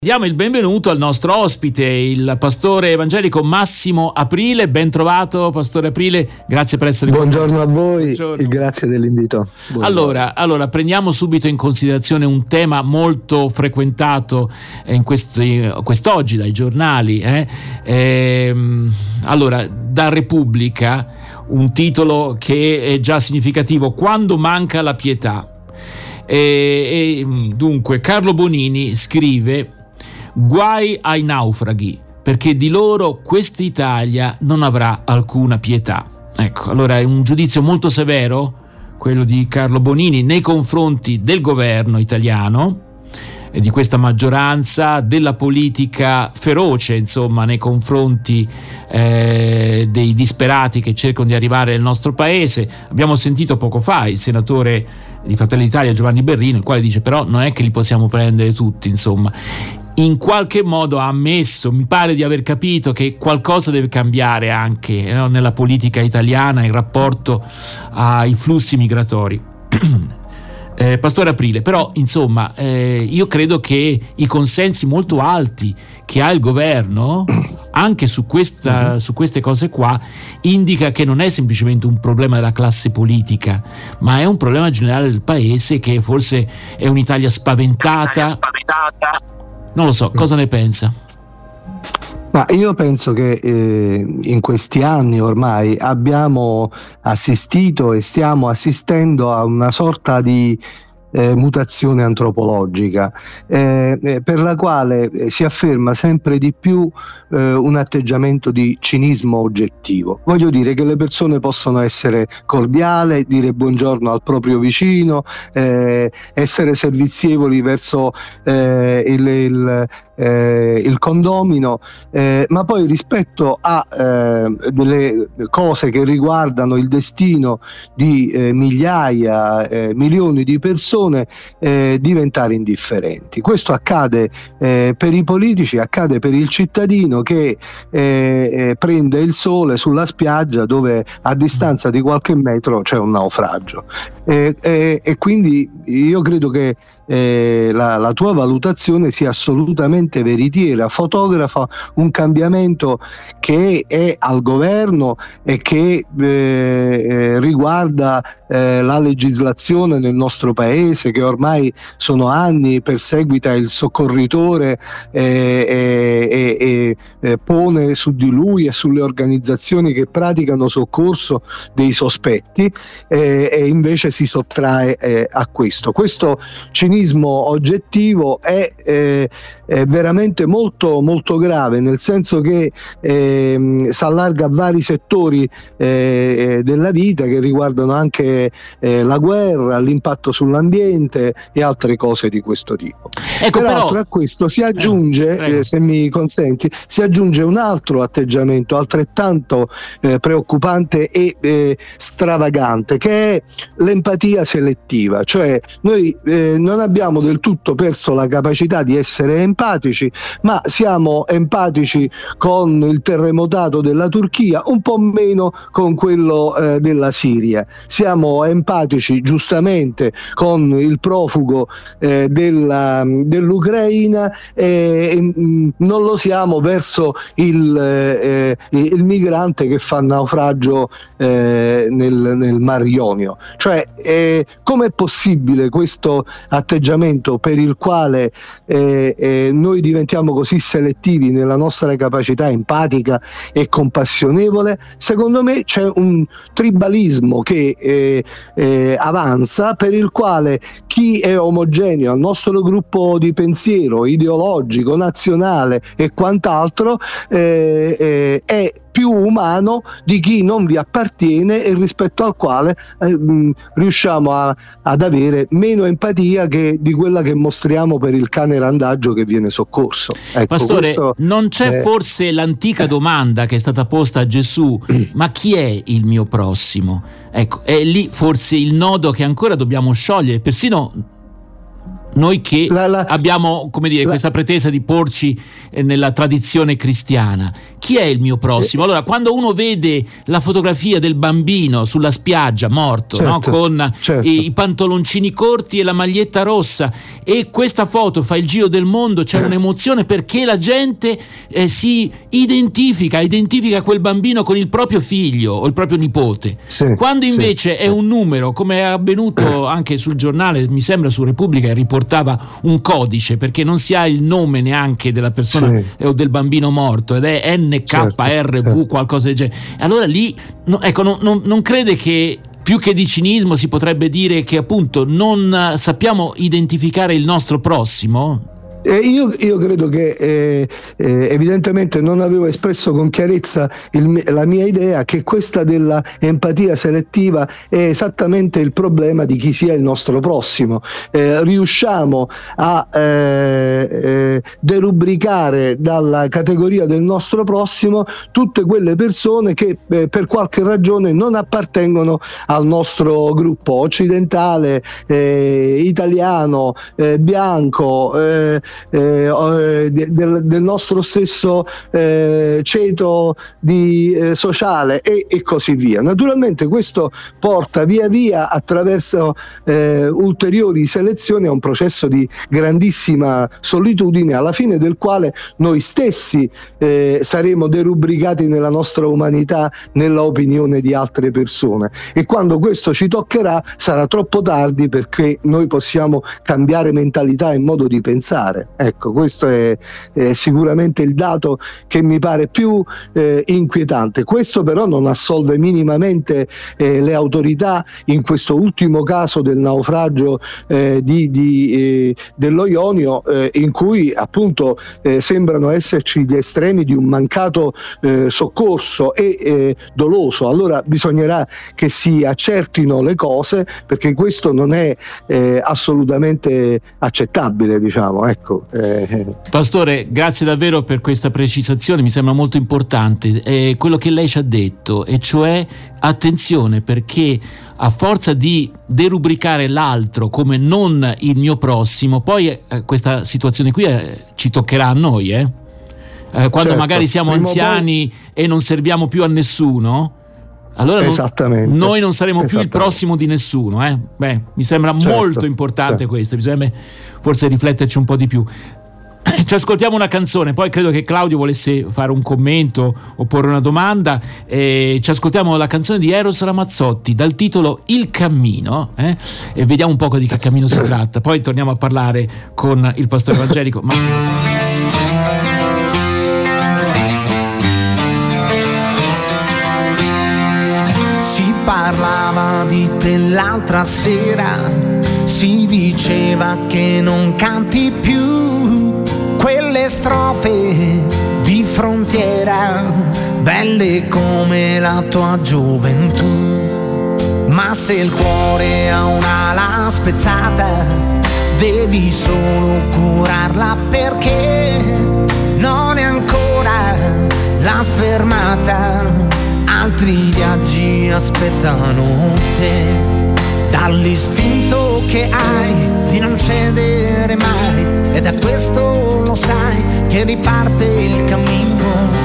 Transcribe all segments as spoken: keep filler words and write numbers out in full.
Diamo il benvenuto al nostro ospite, il pastore evangelico Massimo Aprile. Ben trovato, pastore Aprile, grazie per essere qui. Buongiorno a voi. Buongiorno. E grazie dell'invito. Allora, allora, prendiamo subito in considerazione un tema molto frequentato in questi, quest'oggi dai giornali. Eh? Ehm, allora, da Repubblica, un titolo che è già significativo: quando manca la pietà. E, e dunque Carlo Bonini scrive: guai ai naufraghi, perché di loro quest'Italia non avrà alcuna pietà. Ecco, allora è un giudizio molto severo quello di Carlo Bonini nei confronti del governo italiano e di questa maggioranza, della politica feroce, insomma, nei confronti eh, dei disperati che cercano di arrivare nel nostro paese. Abbiamo sentito poco fa il senatore di Fratelli d'Italia Giovanni Berrino, il quale dice però non è che li possiamo prendere tutti, insomma. In qualche modo ha ammesso, mi pare di aver capito, che qualcosa deve cambiare anche no, nella politica italiana in rapporto ai flussi migratori. eh, Pastore Aprile, però insomma eh, io credo che i consensi molto alti che ha il governo anche su, questa, uh-huh. su queste cose qua indica che non è semplicemente un problema della classe politica, ma è un problema generale del paese, che forse è un'Italia spaventata. spaventata. Non lo so, cosa ne pensa? Ma io penso che eh, in questi anni ormai abbiamo assistito e stiamo assistendo a una sorta di Eh, mutazione antropologica eh, eh, per la quale eh, si afferma sempre di più eh, un atteggiamento di cinismo oggettivo. Voglio dire che le persone possono essere cordiali, dire buongiorno al proprio vicino, eh, essere servizievoli verso eh, il, il Eh, il condomino, eh, ma poi rispetto a eh, delle cose che riguardano il destino di eh, migliaia, eh, milioni di persone, eh, diventare indifferenti. Questo accade eh, per i politici, accade per il cittadino che eh, eh, prende il sole sulla spiaggia dove a distanza di qualche metro c'è un naufragio. Eh, eh, e quindi io credo che eh, la, la tua valutazione sia assolutamente veritiera, fotografa un cambiamento che è al governo e che eh, riguarda eh, la legislazione nel nostro paese, che ormai sono anni perseguita il soccorritore eh, e, e, e pone su di lui e sulle organizzazioni che praticano soccorso dei sospetti eh, e invece si sottrae eh, a questo. Questo cinismo oggettivo è, eh, è veramente molto molto grave, nel senso che eh, si allarga a vari settori eh, della vita, che riguardano anche eh, la guerra, l'impatto sull'ambiente e altre cose di questo tipo. Ecco, Peraltro però... a questo si aggiunge, eh, eh, se mi consenti, si aggiunge un altro atteggiamento altrettanto eh, preoccupante e eh, stravagante, che è l'empatia selettiva. Cioè noi eh, non abbiamo del tutto perso la capacità di essere empatici, ma siamo empatici con il terremotato della Turchia, un po' meno con quello eh, della Siria. Siamo empatici giustamente con il profugo eh, della, dell'Ucraina e mh, non lo siamo verso il, eh, il migrante che fa naufragio eh, nel, nel Mar Ionio. Cioè eh, com'è possibile questo atteggiamento per il quale eh, eh, noi diventiamo così selettivi nella nostra capacità empatica e compassionevole? Secondo me c'è un tribalismo che eh, eh, avanza, per il quale chi è omogeneo al nostro gruppo di pensiero ideologico, nazionale e quant'altro eh, eh, è più umano di chi non vi appartiene e rispetto al quale eh, mh, riusciamo a, ad avere meno empatia che di quella che mostriamo per il cane randagio che viene soccorso. Ecco, Pastore, questo, non c'è eh, forse l'antica domanda che è stata posta a Gesù: ma chi è il mio prossimo? Ecco, è lì forse il nodo che ancora dobbiamo sciogliere. Persino Noi che la, la, abbiamo, come dire, la, questa pretesa di porci eh, nella tradizione cristiana. Chi è il mio prossimo? Allora, quando uno vede la fotografia del bambino sulla spiaggia morto, certo, no? Con certo. i, i pantaloncini corti e la maglietta rossa, e questa foto fa il giro del mondo, c'è un'emozione perché la gente eh, si identifica, identifica quel bambino con il proprio figlio o il proprio nipote. Sì, quando invece sì, è un numero, come è avvenuto anche sul giornale, mi sembra su Repubblica, è riportato un codice perché non si ha il nome neanche della persona sì. o del bambino morto, ed è N K R V, certo, qualcosa del genere. Allora lì no, ecco, non, non, non crede che più che di cinismo si potrebbe dire che appunto non sappiamo identificare il nostro prossimo? Eh, io, io credo che eh, eh, evidentemente non avevo espresso con chiarezza il, la mia idea che questa della empatia selettiva è esattamente il problema di chi sia il nostro prossimo. Eh, riusciamo a eh, eh, derubricare dalla categoria del nostro prossimo tutte quelle persone che eh, per qualche ragione non appartengono al nostro gruppo occidentale, eh, italiano, eh, bianco, eh, Eh, del, del nostro stesso eh, ceto di, eh, sociale e, e così via. Naturalmente questo porta via via attraverso eh, ulteriori selezioni a un processo di grandissima solitudine, alla fine del quale noi stessi eh, saremo derubricati nella nostra umanità, nella opinione di altre persone, e quando questo ci toccherà sarà troppo tardi perché noi possiamo cambiare mentalità e modo di pensare. Ecco, questo è, è sicuramente il dato che mi pare più eh, inquietante. Questo però non assolve minimamente eh, le autorità in questo ultimo caso del naufragio eh, di, di, eh, dello Ionio, eh, in cui appunto eh, sembrano esserci gli estremi di un mancato eh, soccorso e eh, doloso. Allora bisognerà che si accertino le cose, perché questo non è eh, assolutamente accettabile, diciamo, ecco. Eh. Pastore, grazie davvero per questa precisazione, mi sembra molto importante eh, quello che lei ci ha detto, e cioè attenzione, perché a forza di derubricare l'altro come non il mio prossimo, poi eh, questa situazione qui eh, ci toccherà a noi, eh? Eh, quando certo, magari siamo anziani poi... e non serviamo più a nessuno, allora non, noi non saremo più il prossimo di nessuno, eh? Beh, mi sembra certo, molto importante certo. questo, bisogna forse rifletterci un po' di più. Ci ascoltiamo una canzone, poi credo che Claudio volesse fare un commento o porre una domanda. Eh, ci ascoltiamo la canzone di Eros Ramazzotti dal titolo Il Cammino, eh? E vediamo un po' di che cammino si tratta, poi torniamo a parlare con il pastore evangelico Massimo. Parlava di te l'altra sera, si diceva che non canti più quelle strofe di frontiera, belle come la tua gioventù. Ma se il cuore ha un'ala spezzata, devi solo curarla, perché non è ancora la fermata. Altri viaggi aspettano te, dall'istinto che hai di non cedere mai, ed è questo, lo sai, che riparte il cammino.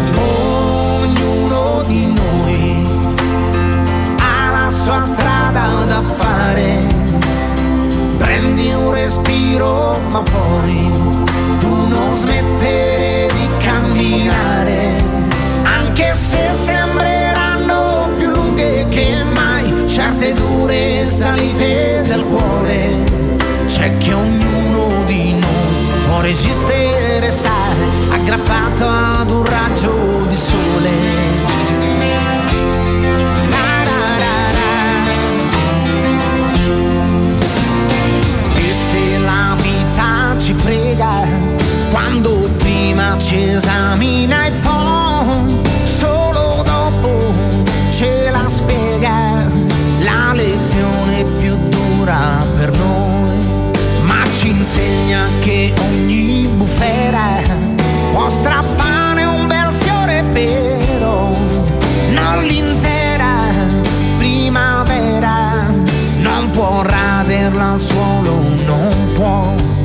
Ognuno di noi ha la sua strada da fare, prendi un respiro ma poi tu non smettere di camminare, anche se sembreranno più lunghe che mai certe dure salite del cuore. C'è che ognuno di noi può resistere, sai, aggrappato ad un raggio di sole. La, la, la, la. E se la vita ci frega, quando prima ci esamina e poi solo dopo ce la spiega, la lezione più dura per noi, ma ci insegna che ogni bufera può strappare un bel fiore, però non l'intera primavera, non può raderla al suolo, non può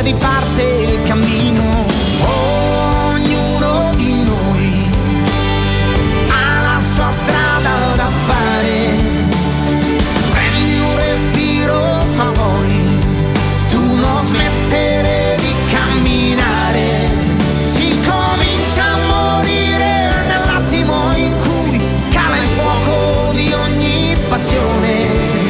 riparte il cammino. Ognuno di noi ha la sua strada da fare. Prendi un respiro, ma poi tu non smettere di camminare. Si comincia a morire nell'attimo in cui cala il fuoco di ogni passione.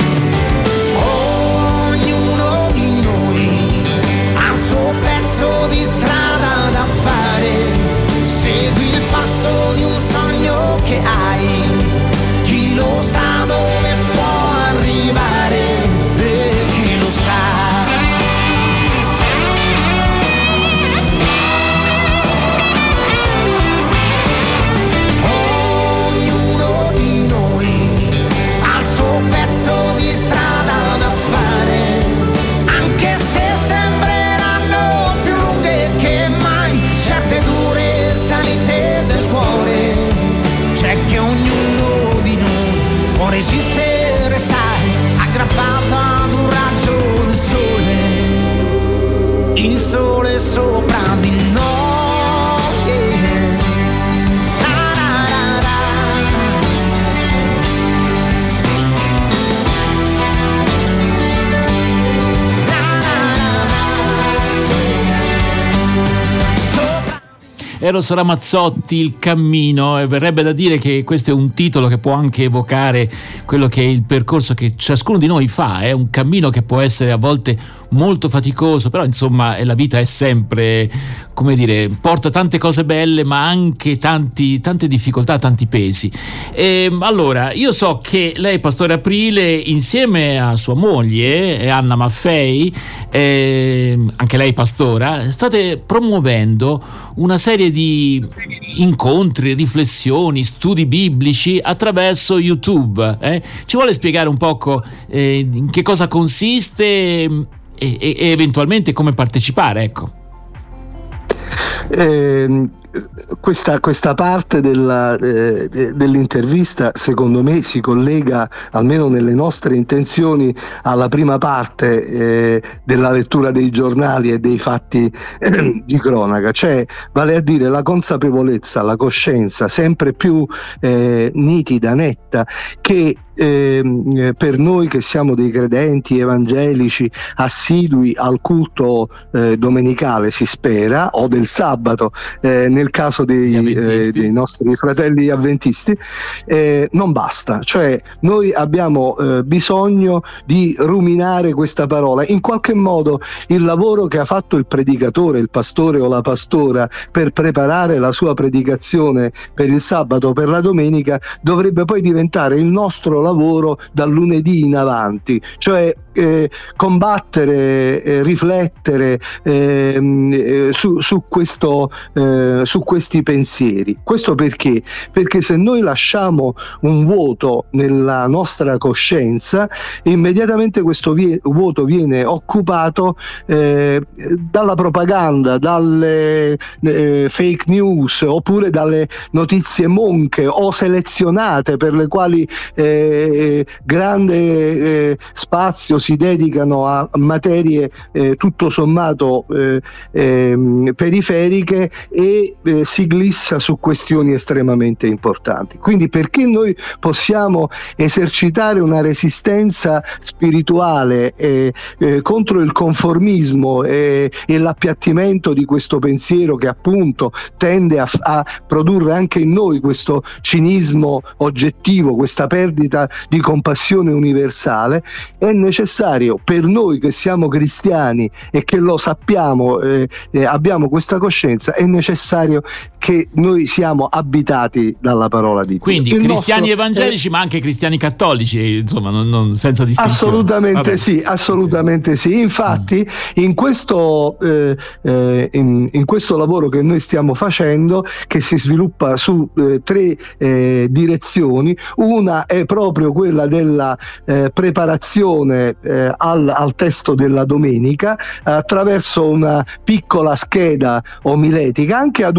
Ognuno di noi ha il suo pezzo di strada da fare. Segui il passo di un sogno che hai. Chi lo sa dove può arrivare e chi lo sa. Ognuno di noi ha il suo pezzo di strada da fare, anche se sembreranno più lunghe che mai certe dure salite del cuore. C'è che ognuno di noi può resistere, sai, aggrappato ad un raggio del sole, il sole sopra di noi. La, la, la, la. La, la, la, la. Sopra. Eros Ramazzotti, Il cammino, e verrebbe da dire che questo è un titolo che può anche evocare quello che è il percorso che ciascuno di noi fa. È un cammino che può essere a volte molto faticoso, però insomma la vita è sempre, come dire, porta tante cose belle ma anche tanti, tante difficoltà, tanti pesi. E allora io so che lei, Pastore Aprile, insieme a sua moglie Anna Maffei, eh, anche lei pastora, state promuovendo una serie di incontri, riflessioni, studi biblici attraverso YouTube. Eh? Ci vuole spiegare un poco eh, in che cosa consiste e, e, e eventualmente come partecipare, ecco. Eh, questa, questa parte della, eh, dell'intervista secondo me si collega, almeno nelle nostre intenzioni, alla prima parte eh, della lettura dei giornali e dei fatti eh, di cronaca, cioè vale a dire la consapevolezza, la coscienza sempre più eh, nitida, netta, che Eh, per noi che siamo dei credenti evangelici assidui al culto eh, domenicale, si spera, o del sabato eh, nel caso dei, eh, dei nostri fratelli avventisti, eh, non basta, cioè noi abbiamo eh, bisogno di ruminare questa parola. In qualche modo il lavoro che ha fatto il predicatore, il pastore o la pastora per preparare la sua predicazione per il sabato o per la domenica dovrebbe poi diventare il nostro lavoro lavoro dal lunedì in avanti, cioè eh, combattere, eh, riflettere eh, eh, su, su, questo, eh, su questi pensieri. Questo perché? Perché se noi lasciamo un vuoto nella nostra coscienza, immediatamente questo vie- vuoto viene occupato eh, dalla propaganda, dalle eh, fake news, oppure dalle notizie monche o selezionate, per le quali eh, grande eh, spazio si dedicano a materie eh, tutto sommato eh, eh, periferiche e eh, si glissa su questioni estremamente importanti. Quindi perché noi possiamo esercitare una resistenza spirituale eh, eh, contro il conformismo e, e l'appiattimento di questo pensiero che appunto tende a, a produrre anche in noi questo cinismo oggettivo, questa perdita di compassione universale, è necessario per noi che siamo cristiani e che lo sappiamo, eh, eh, abbiamo questa coscienza, è necessario che noi siamo abitati dalla parola di Dio. Quindi il cristiani nostro, evangelici eh, ma anche cristiani cattolici, insomma, non, non, senza distinzione. Assolutamente Vabbè. sì, assolutamente sì. Infatti mm. in questo eh, eh, in, in questo lavoro che noi stiamo facendo, che si sviluppa su eh, tre eh, direzioni, una è proprio quella della eh, preparazione eh, al, al testo della domenica attraverso una piccola scheda omiletica, anche ad uso eventualmente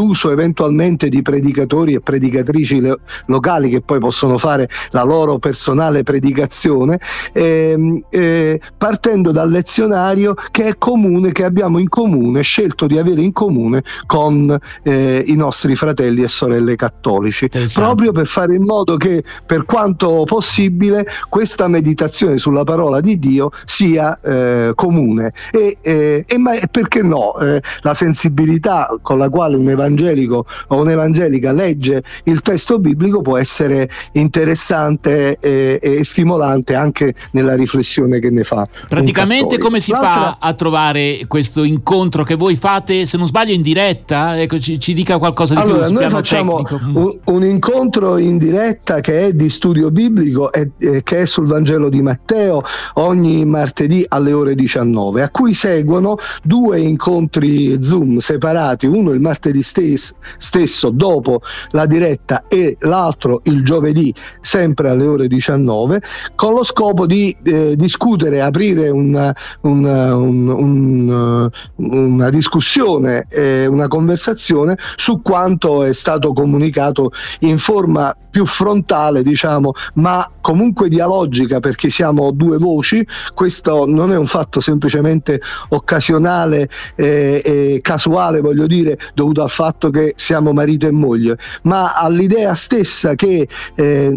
eventualmente di predicatori e predicatrici le- locali che poi possono fare la loro personale predicazione, ehm, eh, partendo dal lezionario che è comune, che abbiamo in comune, scelto di avere in comune con eh, i nostri fratelli e sorelle cattolici, proprio per fare in modo che, per quanto possibile, questa meditazione sulla parola di Dio sia eh, comune e, eh, e ma perché no, eh, la sensibilità con la quale un evangelico o un'evangelica legge il testo biblico può essere interessante e, e stimolante anche nella riflessione che ne fa. Praticamente come si L'altra... fa a trovare questo incontro che voi fate, se non sbaglio, in diretta? Ecco, ci, ci dica qualcosa di allora, più sul noi piano facciamo tecnico. un, un incontro in diretta che è di studio biblico e eh, che è sul Vangelo di Matteo ogni martedì alle ore diciannove, a cui seguono due incontri Zoom separati, uno il martedì stes- stesso dopo la diretta e l'altro il giovedì sempre alle ore diciannove, con lo scopo di eh, discutere, aprire una, una, un, un, una discussione, eh, una conversazione su quanto è stato comunicato in forma più frontale, diciamo, ma comunque dialogica, perché siamo due voci. Questo non è un fatto semplicemente occasionale e eh, eh, casuale, voglio dire, dovuto al fatto che siamo marito e moglie, ma all'idea stessa che eh,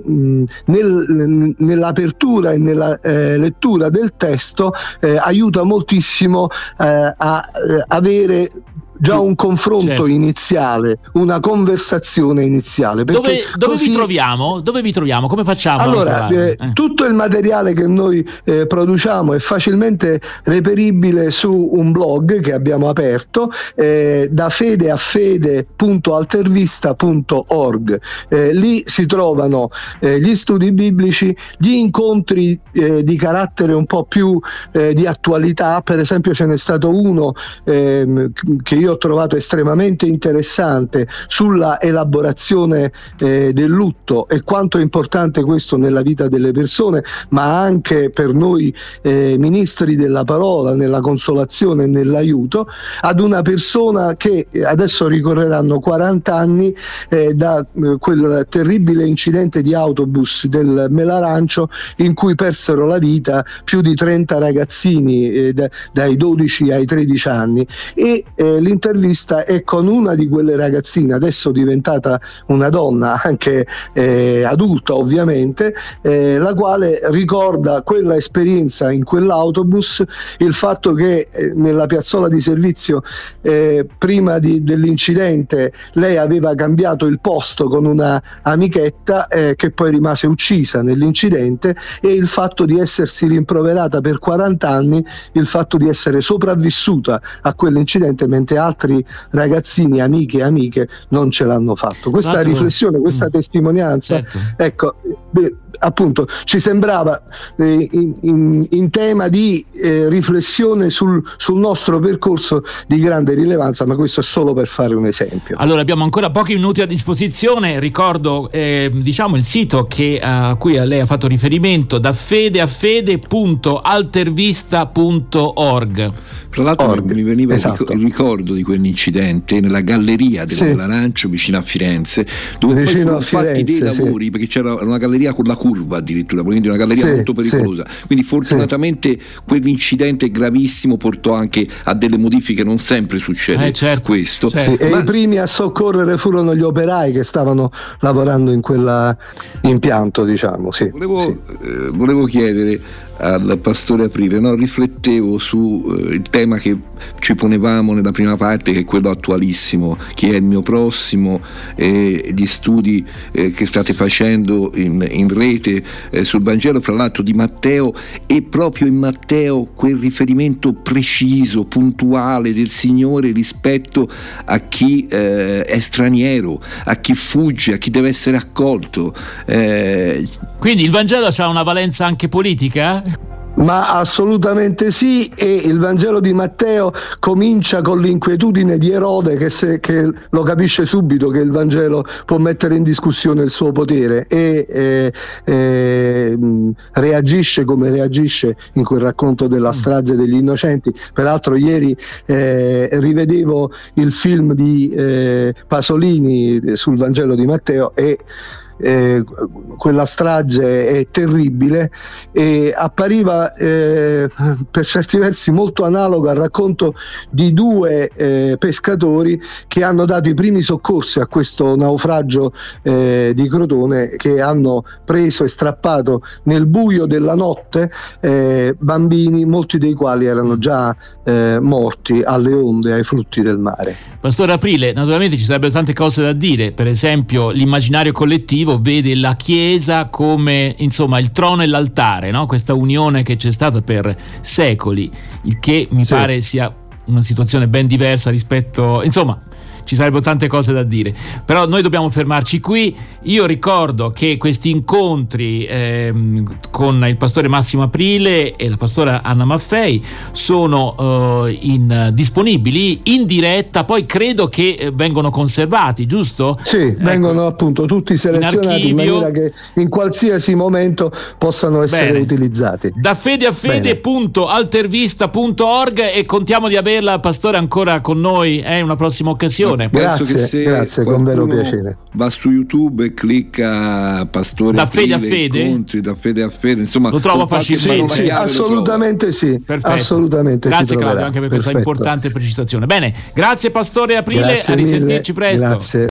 nel, nell'apertura e nella eh, lettura del testo eh, aiuta moltissimo eh, a eh, avere già un confronto certo. iniziale, una conversazione iniziale. Dove, dove così... vi troviamo? Dove vi troviamo? Come facciamo? Allora, eh, eh. tutto il materiale che noi eh, produciamo è facilmente reperibile su un blog che abbiamo aperto, eh, da fede a fede punto altervista punto org. Eh, lì si trovano eh, gli studi biblici, gli incontri eh, di carattere un po' più eh, di attualità. Per esempio ce n'è stato uno eh, che io ho trovato estremamente interessante sulla elaborazione eh, del lutto e quanto è importante questo nella vita delle persone, ma anche per noi eh, ministri della parola, nella consolazione e nell'aiuto, ad una persona che adesso ricorreranno quaranta anni eh, da eh, quel terribile incidente di autobus del Melarancio in cui persero la vita più di trenta ragazzini eh, da, dai dodici ai tredici anni, e eh, l'intervista è con una di quelle ragazzine, adesso diventata una donna anche eh, adulta ovviamente, eh, la quale ricorda quella esperienza in quell'autobus, il fatto che eh, nella piazzola di servizio eh, prima di, dell'incidente lei aveva cambiato il posto con una amichetta eh, che poi rimase uccisa nell'incidente, e il fatto di essersi rimproverata per quaranta anni, il fatto di essere sopravvissuta a quell'incidente mentre altri ragazzini, amiche e amiche, non ce l'hanno fatto. Questa L'altro... riflessione, questa mm. testimonianza, certo. ecco, beh, appunto ci sembrava eh, in, in, in tema di eh, riflessione sul, sul nostro percorso di grande rilevanza, ma questo è solo per fare un esempio. Allora, abbiamo ancora pochi minuti a disposizione. Ricordo eh, diciamo il sito che, a cui lei ha fatto riferimento, da fede a fede punto altervista punto org. Tra l'altro Org, mi veniva esatto. il ricordo di quell'incidente nella galleria del Melarancio, sì. vicino a Firenze, dove vicino poi furono fatti dei lavori, sì. perché c'era una galleria con la curva addirittura, quindi una galleria sì, molto pericolosa, sì. quindi fortunatamente sì. quell'incidente gravissimo portò anche a delle modifiche, non sempre succede eh, certo, questo certo. Sì, ma... e i primi a soccorrere furono gli operai che stavano lavorando in quell'impianto, diciamo. Sì, volevo, sì. Eh, volevo chiedere al pastore Aprile, no? riflettevo su eh, il tema che ci ponevamo nella prima parte, che è quello attualissimo, chi è il mio prossimo, e gli studi eh, che state facendo in, in rete eh, sul Vangelo, fra l'altro di Matteo, e proprio in Matteo quel riferimento preciso, puntuale del Signore rispetto a chi eh, è straniero, a chi fugge, a chi deve essere accolto. Eh, Quindi il Vangelo ha una valenza anche politica? Ma assolutamente sì, e il Vangelo di Matteo comincia con l'inquietudine di Erode che, se, che lo capisce subito che il Vangelo può mettere in discussione il suo potere e eh, eh, reagisce come reagisce in quel racconto della strage degli innocenti. Peraltro ieri eh, rivedevo il film di eh, Pasolini sul Vangelo di Matteo e Eh, quella strage è terribile e appariva eh, per certi versi molto analoga al racconto di due eh, pescatori che hanno dato i primi soccorsi a questo naufragio eh, di Crotone, che hanno preso e strappato nel buio della notte eh, bambini, molti dei quali erano già eh, morti alle onde, ai flutti del mare. Pastore Aprile, naturalmente ci sarebbero tante cose da dire, per esempio l'immaginario collettivo vede la Chiesa come, insomma, il trono e l'altare, no? Questa unione che c'è stata per secoli, il che mi sì. pare sia una situazione ben diversa rispetto, insomma, ci sarebbero tante cose da dire, però noi dobbiamo fermarci qui. Io ricordo che questi incontri ehm, con il pastore Massimo Aprile e la pastora Anna Maffei sono eh, in, disponibili in diretta, poi credo che vengono conservati, giusto? Sì, ecco, vengono appunto tutti selezionati in, in maniera che in qualsiasi momento possano essere Bene. utilizzati. Da fede a fede punto altervista punto org, e contiamo di averla, pastore, ancora con noi in eh, una prossima occasione. Grazie, che se grazie, con vero piacere. Va su YouTube e clicca Pastore da Aprile, fede a fede, incontri, da fede a fede, insomma lo trovo facilmente. Sì, sì, assolutamente sì. Perfetto. Assolutamente. Grazie Claudio anche per Perfetto. questa importante precisazione. Bene, grazie pastore Aprile, grazie a risentirci mille. presto. Grazie.